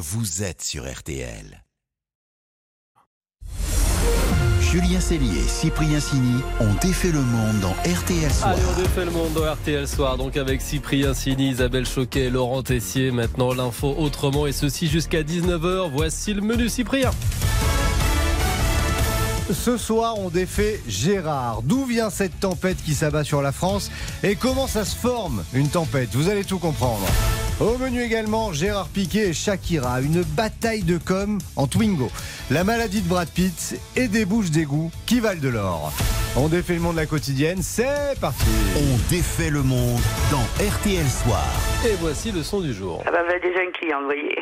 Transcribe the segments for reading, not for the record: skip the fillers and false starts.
vous êtes sur RTL. Julien Cellier et Cyprien Sini ont défait le monde dans RTL Soir. Allez, on défait le monde dans RTL Soir, donc avec Cyprien Sini, Isabelle Choquet et Laurent Tessier. Maintenant l'info autrement, et ceci jusqu'à 19h. Voici le menu, Cyprien. Ce soir, on défait Gérard. D'où vient cette tempête qui s'abat sur la France et comment ça se forme une tempête? Vous allez tout comprendre. Au menu également, Gérard Piqué et Shakira, une bataille de com en Twingo. La maladie de Brad Pitt et des bouches d'égout qui valent de l'or. On défait le monde de la quotidienne, c'est parti. On défait le monde dans RTL Soir. Et voici le son du jour. Ah bah, déjà une cliente, vous voyez.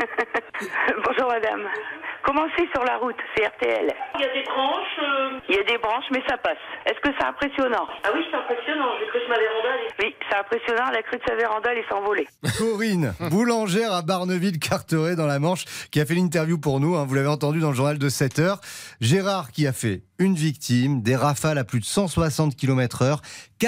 Bonjour madame. Commencez sur la route, c'est RTL. Il y a des branches. Il y a des branches, mais ça passe. Est-ce que c'est impressionnant? Ah oui, c'est impressionnant. J'ai cru que ma véranda allait. Oui, c'est impressionnant. Elle a cru que sa véranda allait s'envoler. Corinne, boulangère à Barneville-Carteret dans la Manche, qui a fait l'interview pour nous. Vous l'avez entendu dans le journal de 7h. Gérard qui a fait une victime, des rafales à plus de 160 km/h,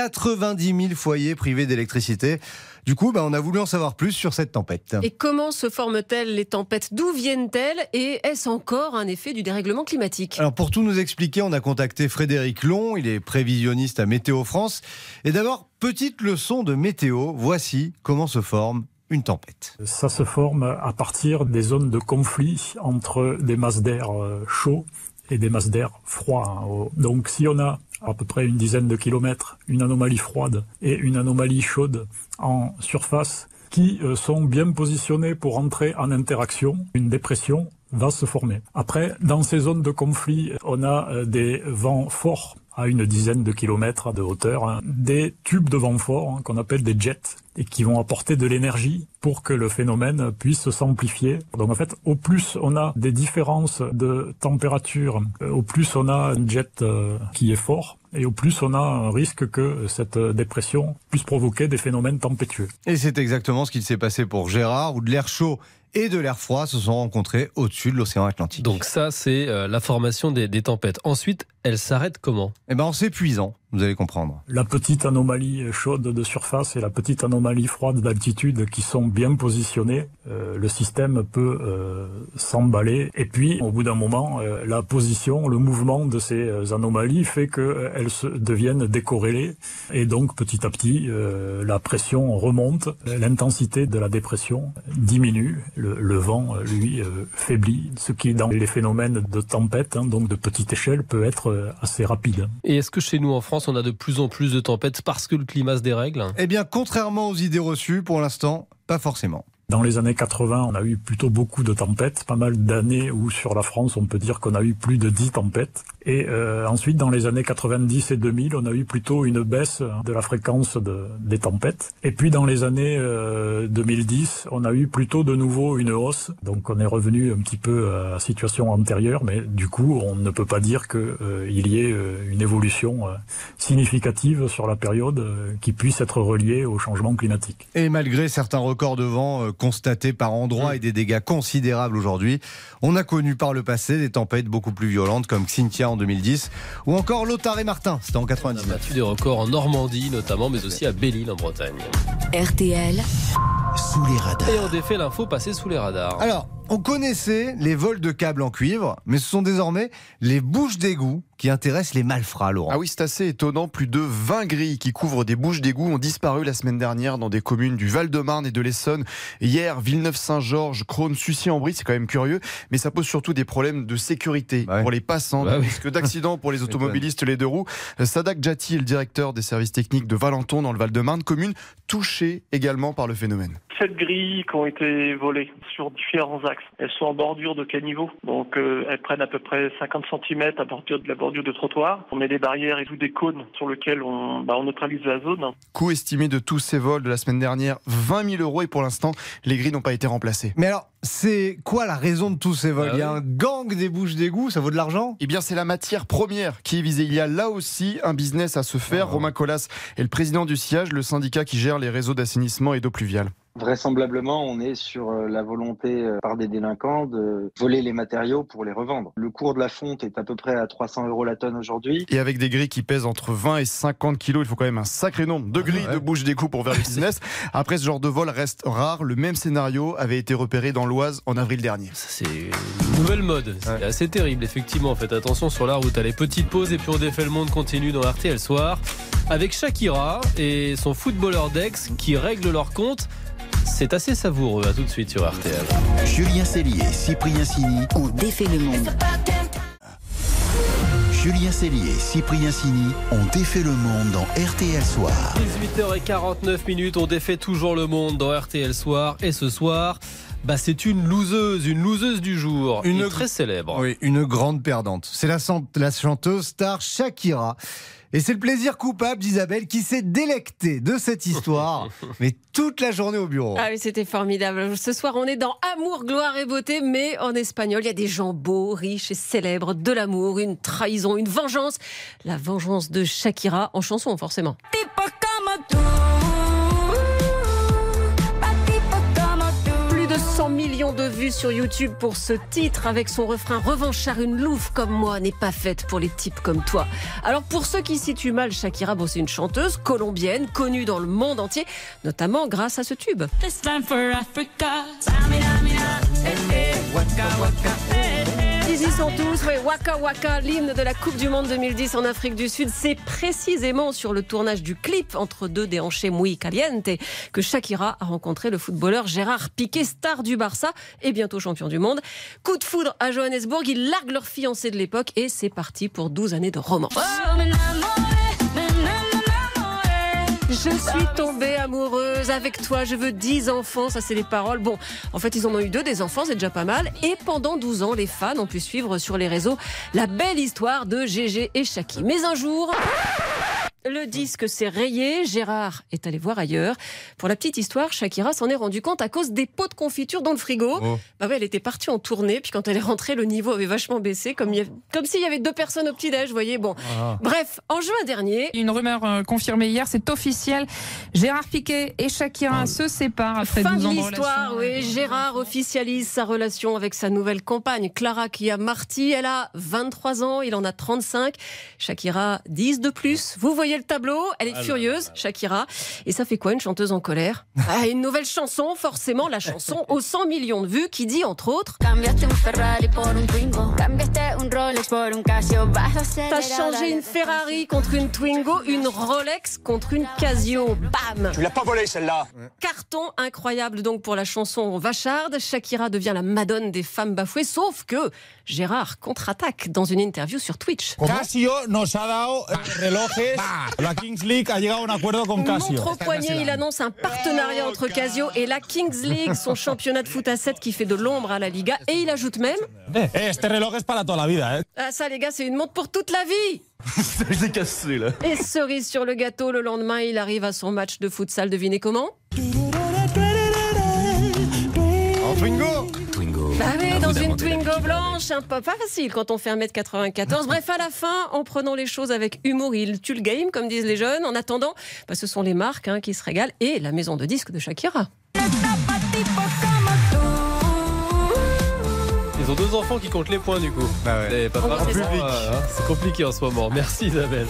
90 000 foyers privés d'électricité. Du coup, on a voulu en savoir plus sur cette tempête. Et comment se forment-elles les tempêtes? D'où viennent-elles? Et est-ce encore un effet du dérèglement climatique? Alors pour tout nous expliquer, on a contacté Frédéric Long, il est prévisionniste à Météo France. Et d'abord, petite leçon de météo, voici comment se forme une tempête. Ça se forme à partir des zones de conflit entre des masses d'air chauds et des masses d'air froids. Donc si on a à peu près une dizaine de kilomètres, une anomalie froide et une anomalie chaude en surface qui sont bien positionnés pour entrer en interaction, une dépression va se former. Après, dans ces zones de conflit, on a des vents forts à une dizaine de kilomètres de hauteur, des tubes de vent fort qu'on appelle des jets et qui vont apporter de l'énergie pour que le phénomène puisse s'amplifier. Donc en fait, au plus on a des différences de température, au plus on a un jet qui est fort, et au plus on a un risque que cette dépression puisse provoquer des phénomènes tempétueux. Et c'est exactement ce qu'il s'est passé pour Gérard, où de l'air chaud et de l'air froid se sont rencontrés au-dessus de l'océan Atlantique. Donc ça, c'est la formation des tempêtes. Ensuite, elles s'arrêtent comment? En s'épuisant, vous allez comprendre. La petite anomalie chaude de surface et la petite anomalie froide d'altitude qui sont bien positionnées, le système peut s'emballer. Et puis, au bout d'un moment, la position, le mouvement de ces anomalies fait qu'elles se deviennent décorrélées. Et donc, petit à petit, la pression remonte, l'intensité de la dépression diminue. Le vent, lui, faiblit, ce qui, dans les phénomènes de tempête, donc de petite échelle, peut être assez rapide. Et est-ce que chez nous, en France, on a de plus en plus de tempêtes parce que le climat se dérègle? Contrairement aux idées reçues, pour l'instant, pas forcément. Dans les années 80, on a eu plutôt beaucoup de tempêtes, pas mal d'années où sur la France, on peut dire qu'on a eu plus de 10 tempêtes. Et ensuite, dans les années 90 et 2000, on a eu plutôt une baisse de la fréquence des tempêtes. Et puis dans les années 2010, on a eu plutôt de nouveau une hausse. Donc on est revenu un petit peu à la situation antérieure, mais du coup, on ne peut pas dire qu'il y ait une évolution significative sur la période qui puisse être reliée au changement climatique. Et malgré certains records de vent constatés par endroits et des dégâts considérables aujourd'hui, on a connu par le passé des tempêtes beaucoup plus violentes comme Cynthia en 2010 ou encore Lothar et Martin, c'était en 99. On a battu des records en Normandie notamment, mais aussi à Belle-Île en Bretagne. RTL, Sous les radars. Et on défait l'info passée sous les radars. Alors, on connaissait les vols de câbles en cuivre, mais ce sont désormais les bouches d'égout qui intéressent les malfrats, Laurent. Ah oui, c'est assez étonnant. Plus de 20 grilles qui couvrent des bouches d'égout ont disparu la semaine dernière dans des communes du Val-de-Marne et de l'Essonne. Hier, Villeneuve-Saint-Georges, Crosne, Sucy-en-Brie, c'est quand même curieux, mais ça pose surtout des problèmes de sécurité pour les passants, des risques d'accident pour les automobilistes, les deux roues. Sadak Jati est le directeur des services techniques de Valenton dans le Val-de-Marne, commune touchée également par le phénomène. 7 grilles qui ont été volées sur différents axes. Elles sont en bordure de caniveau, donc elles prennent à peu près 50 cm à partir de la bordure de trottoir. On met des barrières et tout des cônes sur lesquels on neutralise la zone. Coût estimé de tous ces vols de la semaine dernière, 20 000 € et pour l'instant, les grilles n'ont pas été remplacées. Mais alors, c'est quoi la raison de tous ces vols? Il y a un gang des bouches d'égout, ça vaut de l'argent? Eh bien, c'est la matière première qui est visée. Il y a là aussi un business à se faire. Romain Collas est le président du SIAGE, le syndicat qui gère les réseaux d'assainissement et d'eau pluviale. Vraisemblablement, on est sur la volonté par des délinquants de voler les matériaux pour les revendre. Le cours de la fonte est à peu près à 300 € la tonne aujourd'hui. Et avec des grilles qui pèsent entre 20 et 50 kilos, il faut quand même un sacré nombre de grilles de bouches d'égout pour faire le business. Après, ce genre de vol reste rare. Le même scénario avait été repéré dans l'Oise en avril dernier. C'est une nouvelle mode. C'est assez terrible, effectivement. Faites attention sur la route. Allez, petite pause et puis on défait le monde continue dans RTL Soir avec Shakira et son footballeur d'ex qui règlent leur compte. C'est assez savoureux. À tout de suite sur RTL. Julien Cellier, Cyprien Sini. On défait le monde. Julien Cellier, Cyprien Sini ont défait le monde dans RTL Soir. 18h49, on défait toujours le monde dans RTL Soir. Et ce soir, c'est une loseuse du jour. Une très célèbre. Oui, une grande perdante. C'est la chanteuse star Shakira. Et c'est le plaisir coupable d'Isabelle qui s'est délectée de cette histoire, mais toute la journée au bureau. Ah oui, c'était formidable. Ce soir, on est dans Amour, gloire et beauté, mais en espagnol, il y a des gens beaux, riches et célèbres, de l'amour, une trahison, une vengeance. La vengeance de Shakira en chanson, forcément. Plus de 100 millions de vues sur YouTube pour ce titre avec son refrain « Revanchard, une louve comme moi n'est pas faite pour les types comme toi ». Alors pour ceux qui situent mal Shakira, c'est une chanteuse colombienne connue dans le monde entier, notamment grâce à ce tube. Ils y sont tous, Waka Waka, l'hymne de la Coupe du Monde 2010 en Afrique du Sud. C'est précisément sur le tournage du clip entre deux déhanchés muy caliente que Shakira a rencontré le footballeur Gérard Piqué, star du Barça et bientôt champion du monde. Coup de foudre à Johannesburg, ils larguent leur fiancé de l'époque et c'est parti pour 12 années de romance. Je suis tombée amoureuse avec toi, je veux 10 enfants, ça c'est les paroles. Bon, en fait ils en ont eu 2 des enfants, c'est déjà pas mal. Et pendant 12 ans, les fans ont pu suivre sur les réseaux la belle histoire de Gégé et Shaki. Mais un jour, le disque s'est rayé, Gérard est allé voir ailleurs. Pour la petite histoire, Shakira s'en est rendu compte à cause des pots de confiture dans le frigo. Elle était partie en tournée, puis quand elle est rentrée, le niveau avait vachement baissé, comme s'il y avait 2 personnes au petit-déj, vous voyez. Bon, bref, en juin dernier... Une rumeur confirmée hier, c'est officiel. Gérard Piqué et Shakira se séparent après 12 ans de relation. Fin de l'histoire, oui. Gérard officialise sa relation avec sa nouvelle compagne, Clara Kia Marti. Elle a 23 ans, il en a 35. Shakira, 10 de plus. Vous voyez le tableau, elle est furieuse, Shakira. Et ça fait quoi, une chanteuse en colère ? Une nouvelle chanson, forcément, la chanson aux 100 millions de vues qui dit, entre autres... T'as changé une Ferrari contre une Twingo, une Rolex contre une Casio. Bam ! Tu l'as pas volée celle-là. Carton incroyable donc pour la chanson Vacharde. Shakira devient la madone des femmes bafouées, sauf que Gérard contre-attaque dans une interview sur Twitch. Casio nos ha dado relojes. La Kings League a llegado a un acuerdo con Casio. Montre au poignet, il annonce un partenariat entre Casio et la Kings League, son championnat de foot à 7 qui fait de l'ombre à la Liga. Et il ajoute même... Este reloj es para toda la vida. Ah ça les gars, c'est une montre pour toute la vie. Je l'ai cassé là. Et cerise sur le gâteau, le lendemain, il arrive à son match de futsal. Devinez comment ? En Twingo. Dans une Twingo blanche, un peu pas facile quand on fait 1m94. Bref, à la fin, en prenant les choses avec humour, il tue le game, comme disent les jeunes. En attendant, ce sont les marques qui se régalent et la maison de disques de Shakira. Ils ont 2 enfants qui comptent les points du coup. C'est compliqué en ce moment. Merci Isabelle.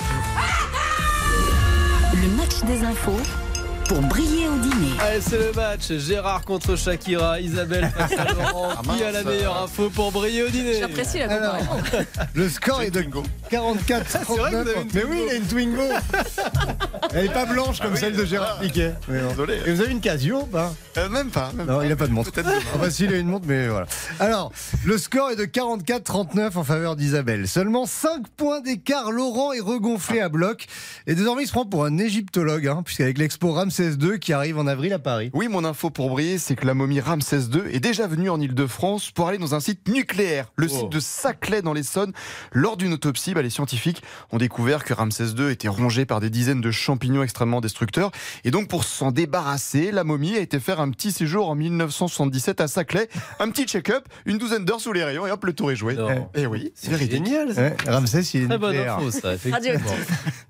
Le match des infos pour briller au dîner. Allez, c'est le match. Gérard contre Shakira. Isabelle face à Laurent. Qui a la meilleure info pour briller au dîner? J'apprécie la comparaison. Le score est de 44-39. Mais oui, il a une Twingo. Elle n'est pas blanche comme celle de Gérard Piqué. Désolé. Et vous avez une Casio ou pas? Même pas. Non, il n'a pas de montre. Si, il a une montre, mais voilà. Alors, le score est de 44-39 en faveur d'Isabelle. Seulement 5 points d'écart. Laurent est regonflé à bloc. Et désormais, il se prend pour un égyptologue, puisqu'avec l'expo Ramsès II qui arrive en avril à Paris. Oui, mon info pour briller, c'est que la momie Ramsès II est déjà venue en Ile-de-France pour aller dans un site nucléaire, le site de Saclay dans l'Essonne. Lors d'une autopsie, les scientifiques ont découvert que Ramsès II était rongé par des dizaines de champignons extrêmement destructeurs. Et donc, pour s'en débarrasser, la momie a été faire un petit séjour en 1977 à Saclay. Un petit check-up, une douzaine d'heures sous les rayons et hop, le tour est joué. Et oui, c'est véridique. Génial. Ramsès, il est très bonne nucléaire. info, ça, effectivement.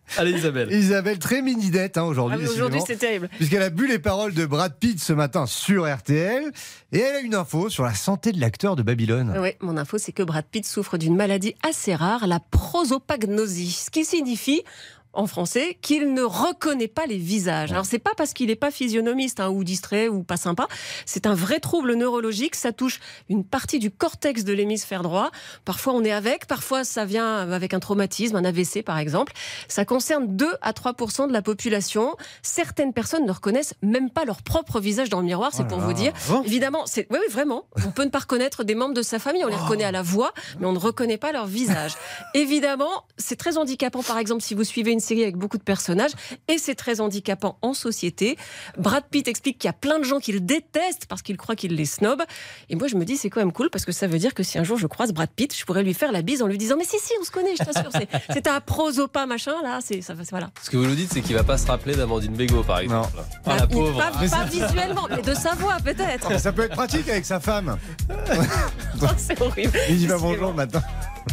Allez Isabelle. Isabelle, très mini-dette aujourd'hui. Ah oui, aujourd'hui c'est terrible. Puisqu'elle a bu les paroles de Brad Pitt ce matin sur RTL. Et elle a une info sur la santé de l'acteur de Babylone. Oui, mon info c'est que Brad Pitt souffre d'une maladie assez rare, la prosopagnosie. Ce qui signifie... en français, qu'il ne reconnaît pas les visages. Alors, c'est pas parce qu'il n'est pas physionomiste ou distrait ou pas sympa. C'est un vrai trouble neurologique. Ça touche une partie du cortex de l'hémisphère droit. Parfois, on est avec. Parfois, ça vient avec un traumatisme, un AVC, par exemple. Ça concerne 2 à 3% de la population. Certaines personnes ne reconnaissent même pas leur propre visage dans le miroir. C'est pour vous dire. Évidemment, oui, vraiment. On peut ne pas reconnaître des membres de sa famille. On les reconnaît à la voix, mais on ne reconnaît pas leur visage. Évidemment, c'est très handicapant, par exemple, si vous suivez une série avec beaucoup de personnages, et c'est très handicapant en société. Brad Pitt explique qu'il y a plein de gens qui le détestent parce qu'ils croient qu'il les snob. Et moi, je me dis, c'est quand même cool parce que ça veut dire que si un jour je croise Brad Pitt, je pourrais lui faire la bise en lui disant mais si, on se connaît, je t'assure, c'est un prosopa machin, là, voilà. Ce que vous nous dites, c'est qu'il va pas se rappeler d'Amandine Bégaud, par exemple. Ah, la pauvre. Pas visuellement, mais de sa voix, peut-être. Ça peut être pratique avec sa femme. C'est horrible. Il dit bonjour maintenant.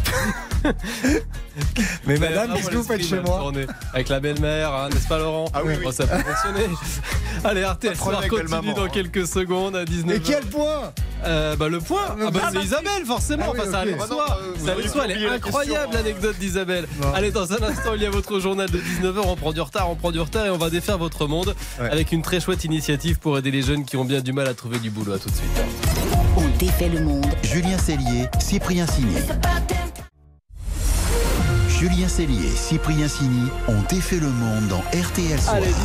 Mais madame, qu'est-ce que vous faites chez moi? Avec la belle-mère, n'est-ce pas Laurent? Ah oui, ça peut fonctionner. Allez, RTL Soir continue dans quelques secondes à 19h. Et quel point? Le point, c'est Isabelle forcément. Ça allait de soi. Elle est incroyable l'anecdote d'Isabelle. Allez, dans un instant, il y a votre journal de 19h. On prend du retard et on va défaire votre monde avec une très chouette initiative pour aider les jeunes qui ont bien du mal à trouver du boulot. À tout de suite. On défait le monde. Julien Cellier, Cyprien Sini. Julien Cellier et Cyprien Sini ont défait le monde dans RTL Soir. Allez,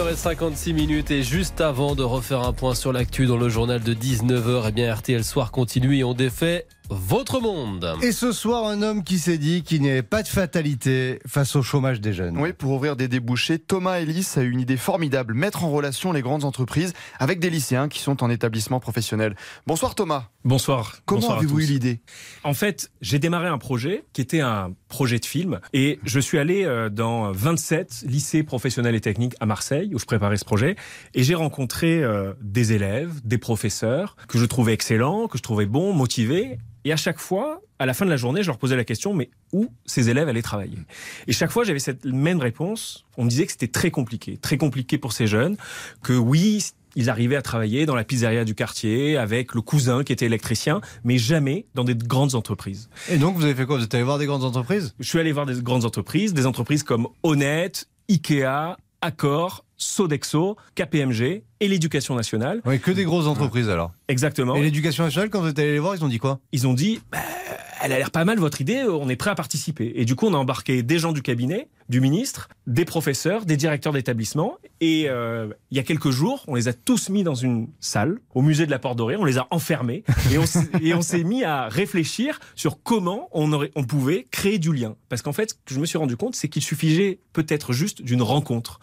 18h56 et juste avant de refaire un point sur l'actu dans le journal de 19h, eh bien RTL Soir continue et on défait votre monde. Et ce soir, un homme qui s'est dit qu'il n'y avait pas de fatalité face au chômage des jeunes. Oui, pour ouvrir des débouchés, Thomas Ellis a eu une idée formidable, mettre en relation les grandes entreprises avec des lycéens qui sont en établissement professionnel. Bonsoir Thomas. Bonsoir. Comment avez-vous eu l'idée? En fait, j'ai démarré un projet qui était un projet de film et je suis allé dans 27 lycées professionnels et techniques à Marseille où je préparais ce projet et j'ai rencontré des élèves, des professeurs que je trouvais excellents, que je trouvais bons, motivés. Et à chaque fois, à la fin de la journée, je leur posais la question, mais où ces élèves allaient travailler? Et chaque fois, j'avais cette même réponse. On me disait que c'était très compliqué pour ces jeunes, que oui, ils arrivaient à travailler dans la pizzeria du quartier avec le cousin qui était électricien, mais jamais dans des grandes entreprises. Et donc, vous avez fait quoi? Vous êtes allé voir des grandes entreprises? Je suis allé voir des grandes entreprises, des entreprises comme Honnête, Ikea, Accor, Sodexo, KPMG et l'Éducation nationale. Oui, que des grosses entreprises alors. Exactement. Et l'Éducation nationale, quand vous êtes allé les voir, ils ont dit quoi? Ils ont dit, elle a l'air pas mal votre idée, on est prêt à participer. Et du coup, on a embarqué des gens du cabinet, du ministre, des professeurs, des directeurs d'établissement. Et il y a quelques jours, on les a tous mis dans une salle, au musée de la Porte Dorée, on les a enfermés. Et on s'est mis à réfléchir sur comment on pouvait créer du lien. Parce qu'en fait, ce que je me suis rendu compte, c'est qu'il suffisait peut-être juste d'une rencontre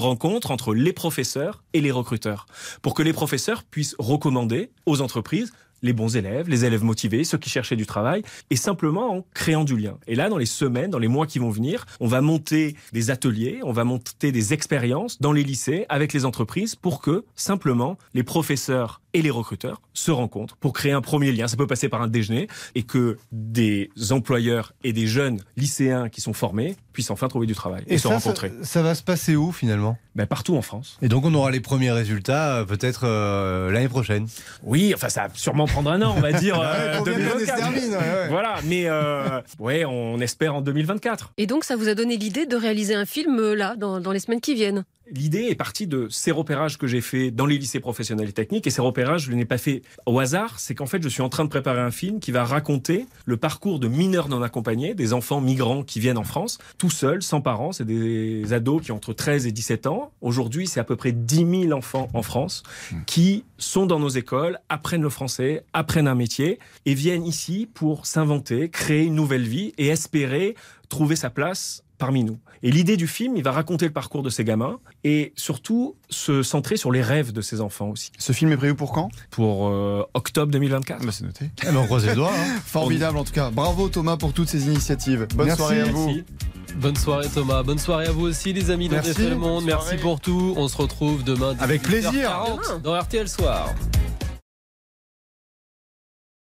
entre les professeurs et les recruteurs, pour que les professeurs puissent recommander aux entreprises les bons élèves, les élèves motivés, ceux qui cherchaient du travail, et simplement en créant du lien. Et là, dans les semaines, dans les mois qui vont venir, on va monter des ateliers, on va monter des expériences dans les lycées avec les entreprises pour que, simplement, les professeurs et les recruteurs se rencontrent pour créer un premier lien. Ça peut passer par un déjeuner et que des employeurs et des jeunes lycéens qui sont formés puissent enfin trouver du travail et se rencontrer. Ça va se passer où finalement? Partout en France. Et donc on aura les premiers résultats peut-être l'année prochaine? Oui, enfin ça va sûrement prendre un an, on va dire 2024. Voilà, mais on espère en 2024. Et donc ça vous a donné l'idée de réaliser un film là, dans les semaines qui viennent? L'idée est partie de ces repérages que j'ai fait dans les lycées professionnels et techniques. Et ces repérages, je ne les ai pas fait au hasard. C'est qu'en fait, je suis en train de préparer un film qui va raconter le parcours de mineurs non accompagnés, des enfants migrants qui viennent en France, tout seuls, sans parents. C'est des ados qui ont entre 13 et 17 ans. Aujourd'hui, c'est à peu près 10 000 enfants en France qui sont dans nos écoles, apprennent le français, apprennent un métier et viennent ici pour s'inventer, créer une nouvelle vie et espérer trouver sa place parmi nous. Et l'idée du film, il va raconter le parcours de ces gamins et surtout se centrer sur les rêves de ces enfants aussi. Ce film est prévu pour quand? Pour octobre 2024. C'est noté. On croise les doigts. Formidable en tout cas. Bravo Thomas pour toutes ces initiatives. Bonne soirée à vous. Bonne soirée Thomas, bonne soirée à vous aussi les amis de Défait le Monde. Merci pour tout. On se retrouve demain avec plaisir dans RTL Soir.